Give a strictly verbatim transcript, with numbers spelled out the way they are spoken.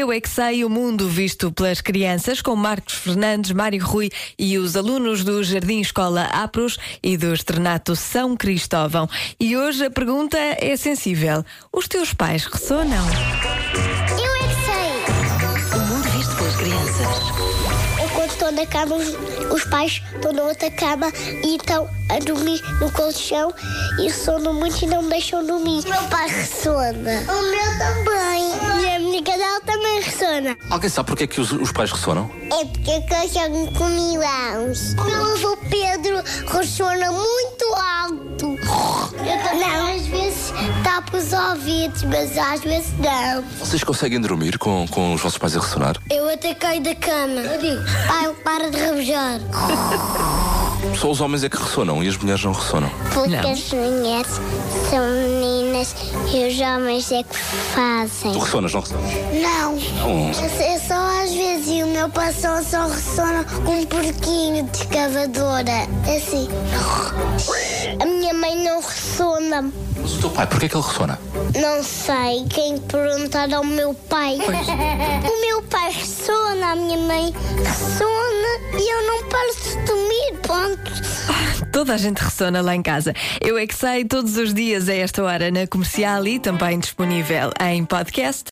Eu é que sei, o mundo visto pelas crianças, com Marcos Fernandes, Mário Rui e os alunos do Jardim Escola Apros e do Externato São Cristóvão. E hoje a pergunta é sensível: os teus pais ressonam? Eu é que sei. O mundo visto pelas crianças. Eu quando estou na cama, os, os pais estão na outra cama e estão a dormir no colchão e ressonam muito e não me deixam dormir. O meu pai ressona. O meu também. E a minha cadela também ressona. Alguém sabe porque é que os, os pais ressonam? É porque eu jogo com milãos. O meu avô Pedro ressona muito alto. Eu não, às vezes tapo os ouvidos, mas às vezes não. Vocês conseguem dormir com, com os vossos pais a ressonar? Eu até caio da cama. Eu digo, pai, para de rabejar. Só os homens é que ressonam e as mulheres não ressonam. Porque Não. as mulheres são meninas e os homens é que fazem. Tu ressonas, não ressonas? Não. Não. É só às vezes e o meu passão só ressona com um porquinho de escavadora. Assim. A minha mãe não ressona. Mas o teu pai, porquê é que ele ressona? Não sei, quem perguntar ao meu pai. O meu pai ressona, a minha mãe ressona e eu não paro de dormir, ponto. Toda a gente ressona lá em casa. Eu é que sei, todos os dias a esta hora na Comercial e também disponível em podcast.